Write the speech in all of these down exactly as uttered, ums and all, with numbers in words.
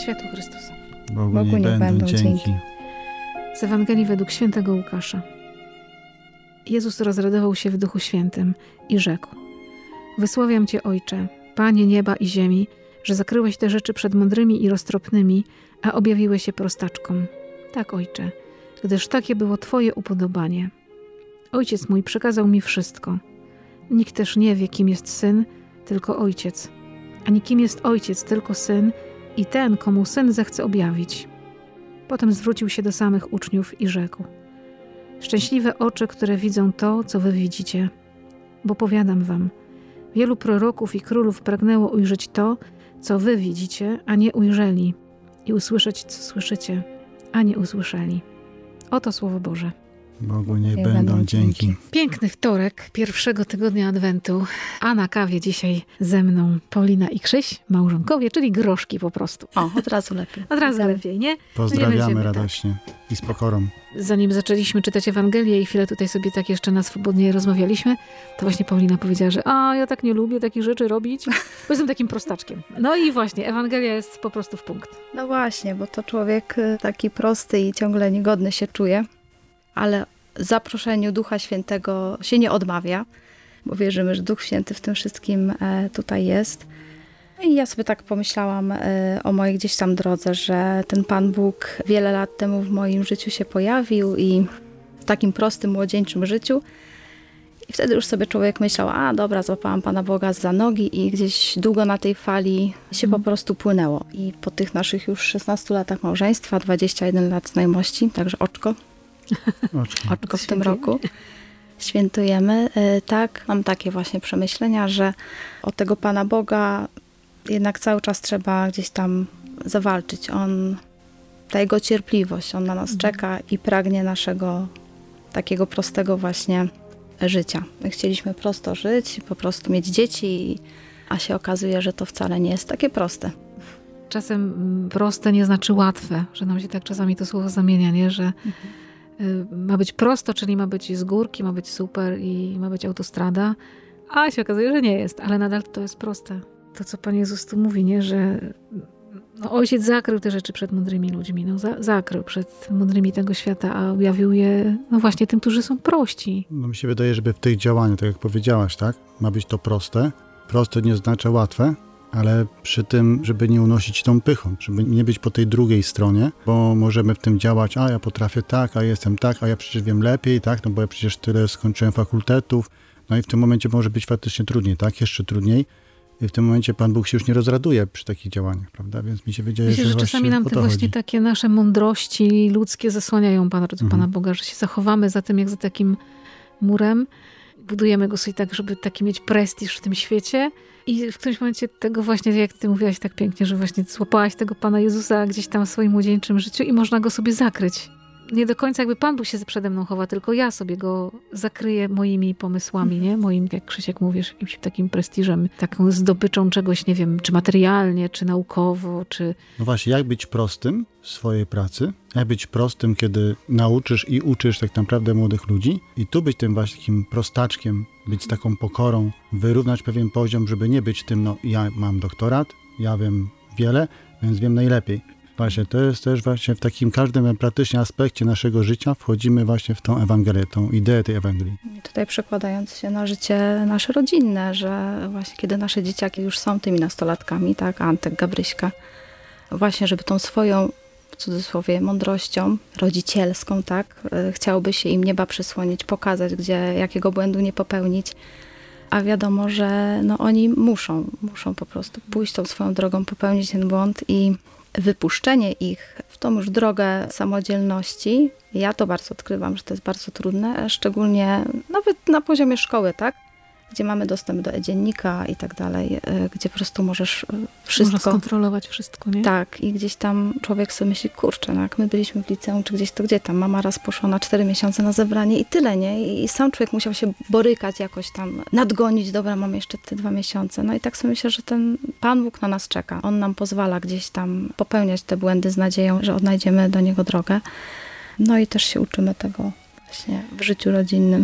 Światu Chrystusa. Bogu, Bogu nie, nie będą, będą dzięki. dzięki. Z Ewangelii według świętego Łukasza. Jezus rozradował się w Duchu Świętym i rzekł: Wysławiam Cię, Ojcze, Panie nieba i ziemi, że zakryłeś te rzeczy przed mądrymi i roztropnymi, a objawiłeś je prostaczkom. Tak, Ojcze, gdyż takie było Twoje upodobanie. Ojciec mój przekazał mi wszystko. Nikt też nie wie, kim jest Syn, tylko Ojciec. Ani kim jest Ojciec, tylko Syn i ten, komu Syn zechce objawić. Potem zwrócił się do samych uczniów i rzekł: Szczęśliwe oczy, które widzą to, co wy widzicie. Bo powiadam wam, wielu proroków i królów pragnęło ujrzeć to, co wy widzicie, a nie ujrzeli, i usłyszeć, co słyszycie, a nie usłyszeli. Oto Słowo Boże. Bogu nie będą dzięki. Piękny wtorek pierwszego tygodnia Adwentu, a na kawie dzisiaj ze mną Paulina i Krzyś, małżonkowie, czyli groszki po prostu. O, od razu lepiej. Od razu lepiej, nie? Pozdrawiamy no nie radośnie tak. I z pokorą. Zanim zaczęliśmy czytać Ewangelię i chwilę tutaj sobie tak jeszcze na swobodnie rozmawialiśmy, to właśnie Paulina powiedziała, że a ja tak nie lubię takich rzeczy robić, bo jestem takim prostaczkiem. No i właśnie, Ewangelia jest po prostu w punkt. No właśnie, bo to człowiek taki prosty i ciągle niegodny się czuje, ale zaproszeniu Ducha Świętego się nie odmawia, bo wierzymy, że Duch Święty w tym wszystkim tutaj jest. I ja sobie tak pomyślałam o mojej gdzieś tam drodze, że ten Pan Bóg wiele lat temu w moim życiu się pojawił i w takim prostym, młodzieńczym życiu. I wtedy już sobie człowiek myślał, a dobra, złapałam Pana Boga za nogi i gdzieś długo na tej fali się po prostu płynęło. I po tych naszych już szesnastu latach małżeństwa, dwadzieścia jeden lat znajomości, także oczko. Oczko. Oczko w tym roku świętujemy. Tak, mam takie właśnie przemyślenia, że od tego Pana Boga jednak cały czas trzeba gdzieś tam zawalczyć. On, ta Jego cierpliwość, On na nas mhm. czeka i pragnie naszego takiego prostego właśnie życia. My chcieliśmy prosto żyć, po prostu mieć dzieci, a się okazuje, że to wcale nie jest takie proste. Czasem proste nie znaczy łatwe, że nam się tak czasami to słowo zamienia, nie? Że mhm. ma być prosto, czyli ma być z górki, ma być super i ma być autostrada, a się okazuje, że nie jest, ale nadal to jest proste. To, co Pan Jezus tu mówi, nie? Że no, Ojciec zakrył te rzeczy przed mądrymi ludźmi, no, za, zakrył przed mądrymi tego świata, a objawił je no właśnie tym, którzy są prości. No mi się wydaje, żeby w tych działaniach, tak jak powiedziałaś, tak? Ma być to proste. Proste nie oznacza łatwe, ale przy tym, żeby nie unosić tą pychą, żeby nie być po tej drugiej stronie, bo możemy w tym działać, a ja potrafię tak, a jestem tak, a ja przecież wiem lepiej, tak, no bo ja przecież tyle skończyłem fakultetów, no i w tym momencie może być faktycznie trudniej, tak, jeszcze trudniej i w tym momencie Pan Bóg się już nie rozraduje przy takich działaniach, prawda, więc mi się wydaje, Myślę, że, że czasami nam te właśnie chodzi. takie nasze mądrości ludzkie zasłaniają Pana, mhm. Pana Boga, że się zachowamy za tym, jak za takim murem, budujemy go sobie tak, żeby taki mieć prestiż w tym świecie. I w którymś momencie tego właśnie, jak ty mówiłaś tak pięknie, że właśnie złapałaś tego Pana Jezusa gdzieś tam w swoim młodzieńczym życiu i można go sobie zakryć. Nie do końca jakby Pan Bóg się przede mną chowa, tylko ja sobie go zakryję moimi pomysłami, nie? Moim, jak Krzysiek mówisz, jakimś takim prestiżem, taką zdobyczą czegoś, nie wiem, czy materialnie, czy naukowo, czy... No właśnie, jak być prostym w swojej pracy, jak być prostym, kiedy nauczysz i uczysz tak naprawdę młodych ludzi i tu być tym właśnie takim prostaczkiem, być z taką pokorą, wyrównać pewien poziom, żeby nie być tym, no ja mam doktorat, ja wiem wiele, więc wiem najlepiej. Właśnie, to jest też właśnie w takim każdym praktycznie aspekcie naszego życia wchodzimy właśnie w tą Ewangelię, tą ideę tej Ewangelii. Tutaj przekładając się na życie nasze rodzinne, że właśnie kiedy nasze dzieciaki już są tymi nastolatkami, tak, Antek, Gabryśka, właśnie żeby tą swoją, w cudzysłowie, mądrością rodzicielską, tak, chciałoby się im nieba przysłonić, pokazać, gdzie, jakiego błędu nie popełnić, a wiadomo, że no oni muszą, muszą po prostu pójść tą swoją drogą, popełnić ten błąd i wypuszczenie ich w tą już drogę samodzielności, ja to bardzo odkrywam, że to jest bardzo trudne, szczególnie nawet na poziomie szkoły, tak? Gdzie mamy dostęp do e-dziennika i tak dalej, gdzie po prostu możesz wszystko... Można skontrolować wszystko, nie? Tak, i gdzieś tam człowiek sobie myśli, kurczę, no jak my byliśmy w liceum, czy gdzieś to gdzie tam, mama raz poszła na cztery miesiące na zebranie i tyle, nie? I sam człowiek musiał się borykać jakoś tam, nadgonić, dobra, mam jeszcze te dwa miesiące. No i tak sobie myślę, że ten Pan Bóg na nas czeka. On nam pozwala gdzieś tam popełniać te błędy z nadzieją, że odnajdziemy do Niego drogę. No i też się uczymy tego właśnie w życiu rodzinnym.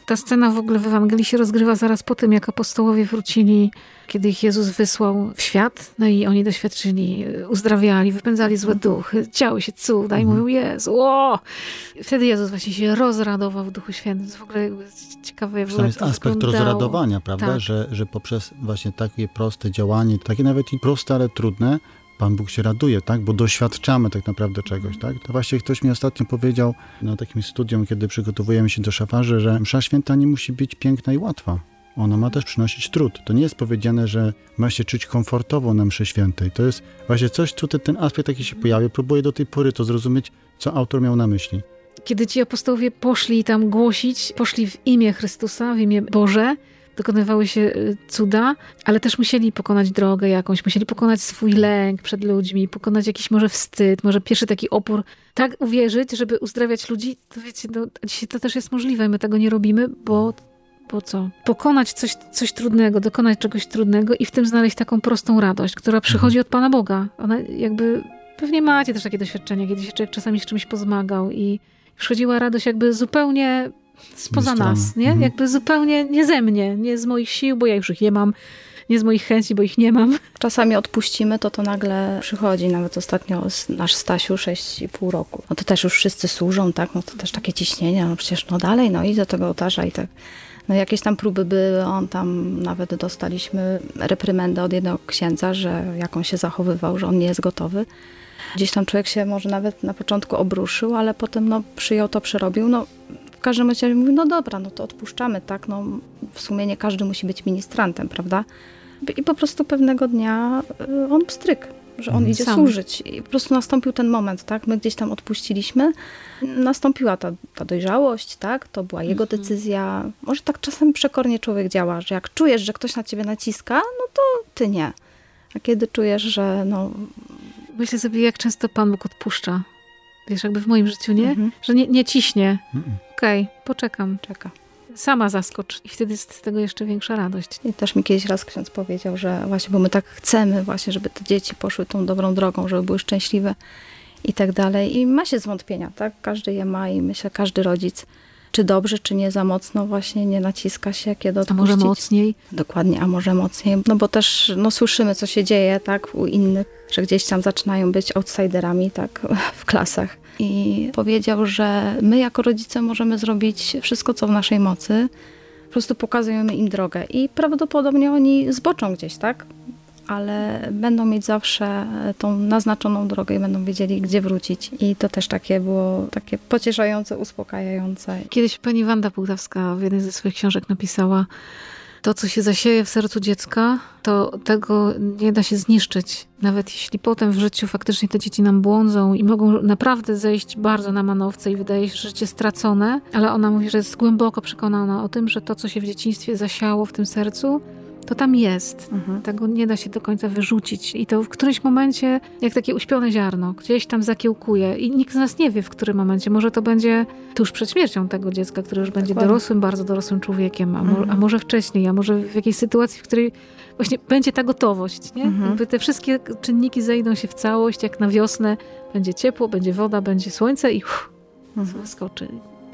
Ta scena w ogóle w Ewangelii się rozgrywa zaraz po tym, jak apostołowie wrócili, kiedy ich Jezus wysłał w świat, no i oni doświadczyli, uzdrawiali, wypędzali złe duchy, działy się cuda i mówią, Jezu, o! Wtedy Jezus właśnie się rozradował w Duchu Świętym. To jest w ogóle ciekawe. Tam jest aspekt wyglądało. rozradowania, prawda? Tak. Że, że poprzez właśnie takie proste działanie, takie nawet i proste, ale trudne, Pan Bóg się raduje, tak? Bo doświadczamy tak naprawdę czegoś, tak? To właśnie ktoś mi ostatnio powiedział na takim studium, kiedy przygotowujemy się do szafarzy, że msza święta nie musi być piękna i łatwa. Ona ma też przynosić trud. To nie jest powiedziane, że ma się czuć komfortowo na mszy świętej. To jest właśnie coś, tutaj ten aspekt taki się pojawia. Próbuję do tej pory to zrozumieć, co autor miał na myśli. Kiedy ci apostołowie poszli tam głosić, poszli w imię Chrystusa, w imię Boże, dokonywały się cuda, ale też musieli pokonać drogę jakąś, musieli pokonać swój lęk przed ludźmi, pokonać jakiś może wstyd, może pierwszy taki opór. Tak uwierzyć, żeby uzdrawiać ludzi, to wiecie, no, dzisiaj to też jest możliwe. My tego nie robimy, bo bo co? Pokonać coś, coś trudnego, dokonać czegoś trudnego i w tym znaleźć taką prostą radość, która przychodzi od Pana Boga. Ona jakby, pewnie macie też takie doświadczenia, kiedy się człowiek czasami z czymś pozmagał i przychodziła radość jakby zupełnie spoza nas, nie? Mhm. Jakby zupełnie nie ze mnie, nie z moich sił, bo ja już ich nie mam, nie z moich chęci, bo ich nie mam. Czasami odpuścimy, to to nagle przychodzi. Nawet ostatnio nasz Stasiu, sześć i pół roku. No to też już wszyscy służą, tak? No to też takie ciśnienie, no przecież no dalej, no i do tego ołtarza i tak. No jakieś tam próby były, on tam nawet dostaliśmy reprymendę od jednego księdza, że jak on się zachowywał, że on nie jest gotowy. Gdzieś tam człowiek się może nawet na początku obruszył, ale potem no przyjął to, przerobił. No w każdym razie mówi, no dobra, no to odpuszczamy, tak? No w sumie nie każdy musi być ministrantem, prawda? I po prostu pewnego dnia on pstryk, że on idzie Sam. służyć. I po prostu nastąpił ten moment, tak? My gdzieś tam odpuściliśmy. Nastąpiła ta, ta dojrzałość, tak? To była jego Mhm. decyzja. Może tak czasem przekornie człowiek działa, że jak czujesz, że ktoś na ciebie naciska, no to ty nie. A kiedy czujesz, że no... Myślę sobie, jak często Pan Bóg odpuszcza. Wiesz, jakby w moim życiu, nie? Mhm. Że nie, nie ciśnie. Mhm. Okej, okay, poczekam. Czeka. Sama zaskocz. I wtedy jest z tego jeszcze większa radość. I też mi kiedyś raz ksiądz powiedział, że właśnie, bo my tak chcemy właśnie, żeby te dzieci poszły tą dobrą drogą, żeby były szczęśliwe i tak dalej. I ma się zwątpienia, tak? Każdy je ma i myślę, każdy rodzic, czy dobrze, czy nie za mocno właśnie nie naciska się, kiedy odpuścić. A może mocniej? Dokładnie, a może mocniej. No bo też no, słyszymy, co się dzieje, tak? U innych, że gdzieś tam zaczynają być outsiderami, tak? W klasach. I powiedział, że my jako rodzice możemy zrobić wszystko, co w naszej mocy. Po prostu pokazujemy im drogę. I prawdopodobnie oni zboczą gdzieś, tak? Ale będą mieć zawsze tą naznaczoną drogę i będą wiedzieli, gdzie wrócić. I to też takie było takie pocieszające, uspokajające. Kiedyś pani Wanda Pułtawska w jednej ze swoich książek napisała, to, co się zasieje w sercu dziecka, to tego nie da się zniszczyć. Nawet jeśli potem w życiu faktycznie te dzieci nam błądzą i mogą naprawdę zejść bardzo na manowce i wydaje się, że życie stracone, ale ona mówi, że jest głęboko przekonana o tym, że to, co się w dzieciństwie zasiało w tym sercu, to tam jest. Mhm. Tego nie da się do końca wyrzucić. I to w którymś momencie, jak takie uśpione ziarno, gdzieś tam zakiełkuje i nikt z nas nie wie, w którym momencie. Może to będzie tuż przed śmiercią tego dziecka, które już będzie Dokładnie. dorosłym, bardzo dorosłym człowiekiem, a, mo- Mhm. a może wcześniej, a może w jakiejś sytuacji, w której właśnie będzie ta gotowość, nie? Mhm. Jakby te wszystkie czynniki zejdą się w całość, jak na wiosnę będzie ciepło, będzie woda, będzie słońce i uff, Mhm. wyskoczy.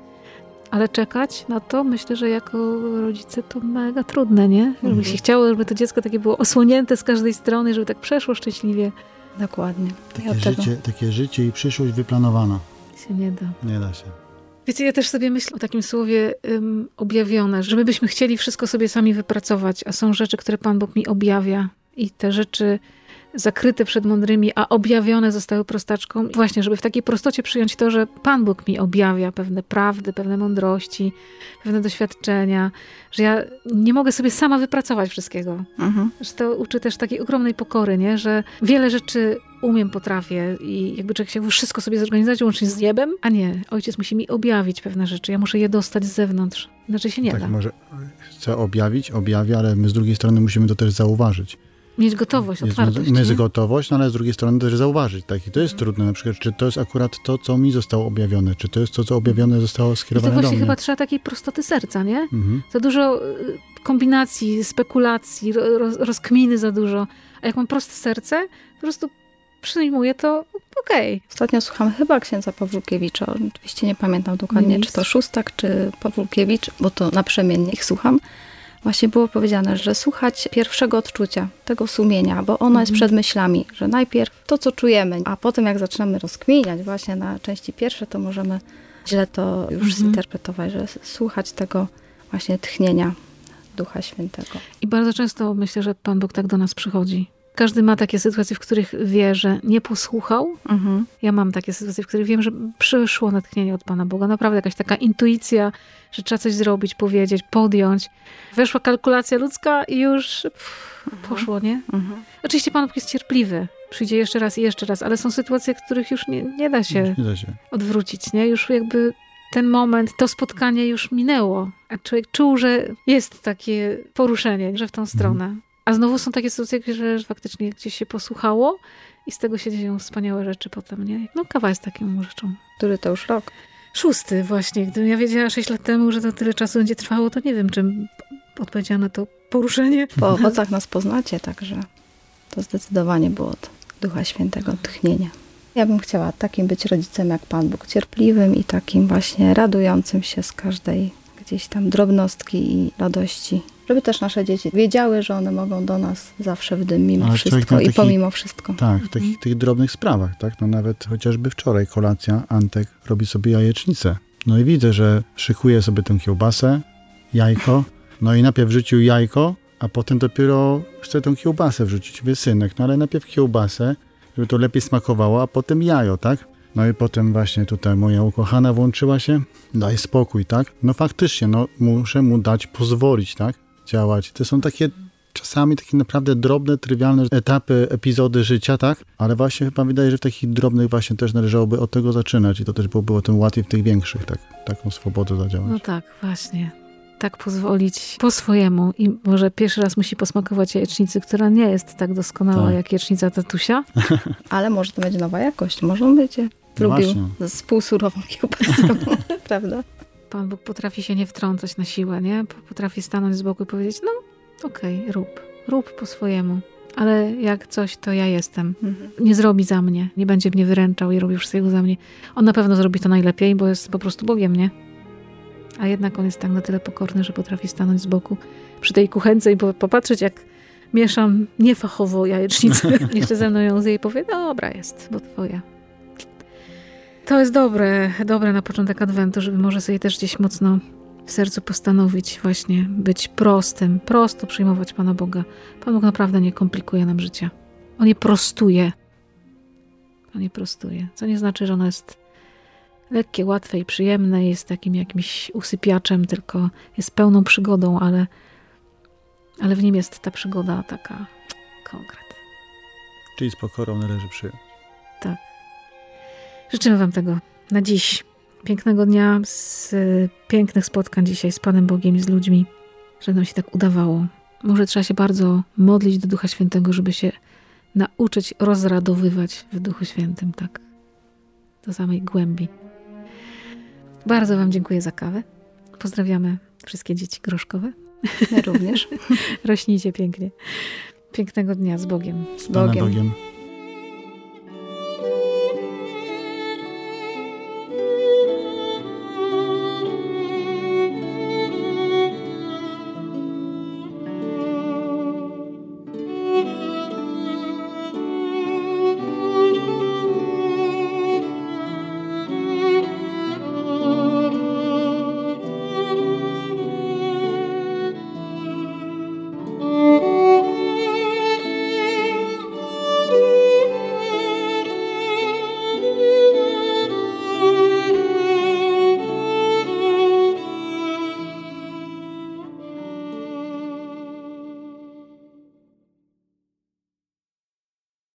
Ale czekać na to, myślę, że jako rodzice to mega trudne, nie? Żeby Mhm. się chciało, żeby to dziecko takie było osłonięte z każdej strony, żeby tak przeszło szczęśliwie. Dokładnie. I Takie od tego- życie, takie życie i przyszłość wyplanowana. Się nie da. Nie da się. Wiecie, ja też sobie myślę o takim słowie um, objawione, że my byśmy chcieli wszystko sobie sami wypracować, a są rzeczy, które Pan Bóg mi objawia i te rzeczy zakryte przed mądrymi, a objawione zostały prostaczką. Właśnie, żeby w takiej prostocie przyjąć to, że Pan Bóg mi objawia pewne prawdy, pewne mądrości, pewne doświadczenia, że ja nie mogę sobie sama wypracować wszystkiego. Mhm. Że to uczy też takiej ogromnej pokory, nie? Że wiele rzeczy umiem, potrafię i jakby człowiek się wszystko sobie zorganizować łącznie z niebem, a nie, ojciec musi mi objawić pewne rzeczy, ja muszę je dostać z zewnątrz, inaczej się nie tak, da. może chce objawić, objawia, ale my z drugiej strony musimy to też zauważyć. Mieć gotowość, Jest otwartość. my z nie? gotowość, no ale z drugiej strony też zauważyć. Tak? I to jest trudne, na przykład, czy to jest akurat to, co mi zostało objawione, czy to jest to, co objawione zostało I to skierowane do właśnie mnie. chyba trzeba takiej prostoty serca, nie? Mhm. Za dużo y, kombinacji, spekulacji, ro, roz, rozkminy za dużo. A jak mam proste serce, po prostu przyjmuję to, okej. Okay. Ostatnio słucham chyba księdza Pawłkiewicza. Oczywiście nie pamiętam dokładnie, czy to Szóstak, czy Pawłkiewicz, bo to naprzemiennie ich słucham. Właśnie było powiedziane, że słuchać pierwszego odczucia, tego sumienia, bo ono mhm. jest przed myślami, że najpierw to, co czujemy, a potem jak zaczynamy rozkminiać właśnie na części pierwsze, to możemy źle to już mhm. zinterpretować, że słuchać tego właśnie tchnienia Ducha Świętego. I bardzo często myślę, że Pan Bóg tak do nas przychodzi. Każdy ma takie sytuacje, w których wie, że nie posłuchał. Mhm. Ja mam takie sytuacje, w których wiem, że przyszło natchnienie od Pana Boga. Naprawdę jakaś taka intuicja, że trzeba coś zrobić, powiedzieć, podjąć. Weszła kalkulacja ludzka i już pff, mhm. poszło, nie? Mhm. Oczywiście Pan Bóg jest cierpliwy. Przyjdzie jeszcze raz i jeszcze raz, ale są sytuacje, w których już nie, nie, da, się nie da się odwrócić, nie? Już jakby ten moment, to spotkanie już minęło. A człowiek czuł, że jest takie poruszenie, że w tą stronę. Mhm. A znowu są takie sytuacje, że faktycznie gdzieś się posłuchało i z tego się dzieją wspaniałe rzeczy potem, nie? No kawa jest taką rzeczą. Który to już rok? Szósty właśnie. Gdybym ja wiedziała sześć lat temu, że to tyle czasu będzie trwało, to nie wiem, czym odpowiedziała na to poruszenie. Po owocach nas poznacie, także to zdecydowanie było od Ducha Świętego tchnienie. Ja bym chciała takim być rodzicem jak Pan Bóg, cierpliwym i takim właśnie radującym się z każdej gdzieś tam drobnostki i radości. Żeby też nasze dzieci wiedziały, że one mogą do nas zawsze w dym mimo Ale wszystko i taki, pomimo wszystko. Tak, w takich tych drobnych sprawach, tak? No nawet chociażby wczoraj kolacja, Antek robi sobie jajecznicę. No i widzę, że szykuje sobie tę kiełbasę, jajko, no i najpierw wrzucił jajko, a potem dopiero chce tę kiełbasę wrzucić. Wie synek, no ale najpierw kiełbasę, żeby to lepiej smakowało, a potem jajo, tak? No i potem właśnie tutaj moja ukochana włączyła się, daj spokój, tak? No faktycznie, no muszę mu dać pozwolić, tak? Działać. To są takie czasami takie naprawdę drobne, trywialne etapy, epizody życia, tak? Ale właśnie chyba wydaje, że w takich drobnych właśnie też należałoby od tego zaczynać i to też byłoby o tym łatwiej w tych większych, tak? Taką swobodę zadziałać. No tak, właśnie. Tak pozwolić po swojemu i może pierwszy raz musi posmakować jajecznicy, która nie jest tak doskonała tak. jak jajecznica tatusia. Ale może to będzie nowa jakość. Może on będzie no lubił właśnie. Z półsurową kiełbaską, prawda? Pan Bóg potrafi się nie wtrącać na siłę, nie? Potrafi stanąć z boku i powiedzieć, no okej, okay, rób. Rób po swojemu. Ale jak coś, to ja jestem. Mhm. Nie zrobi za mnie. Nie będzie mnie wyręczał i robił wszystkiego za mnie. On na pewno zrobi to najlepiej, bo jest po prostu Bogiem, nie? A jednak on jest tak na tyle pokorny, że potrafi stanąć z boku przy tej kuchence i popatrzeć, jak mieszam niefachowo jajecznicę. Jeszcze ze mną ją zje i powie, dobra jest, bo twoja. To jest dobre, dobre na początek Adwentu, żeby może sobie też gdzieś mocno w sercu postanowić właśnie być prostym, prosto przyjmować Pana Boga. Pan Bóg naprawdę nie komplikuje nam życia. On je prostuje. On je prostuje. Co nie znaczy, że ono jest lekkie, łatwe i przyjemne, jest takim jakimś usypiaczem, tylko jest pełną przygodą, ale, ale w nim jest ta przygoda taka konkret. Czyli z pokorą należy przyjąć. Tak. Życzymy wam tego na dziś. Pięknego dnia, z pięknych spotkań dzisiaj z Panem Bogiem i z ludźmi, żeby nam się tak udawało. Może trzeba się bardzo modlić do Ducha Świętego, żeby się nauczyć rozradowywać w Duchu Świętym, tak? Do samej głębi. Bardzo wam dziękuję za kawę. Pozdrawiamy wszystkie dzieci groszkowe. Ja również. Rośnijcie pięknie. Pięknego dnia z Bogiem. Z Panem Bogiem.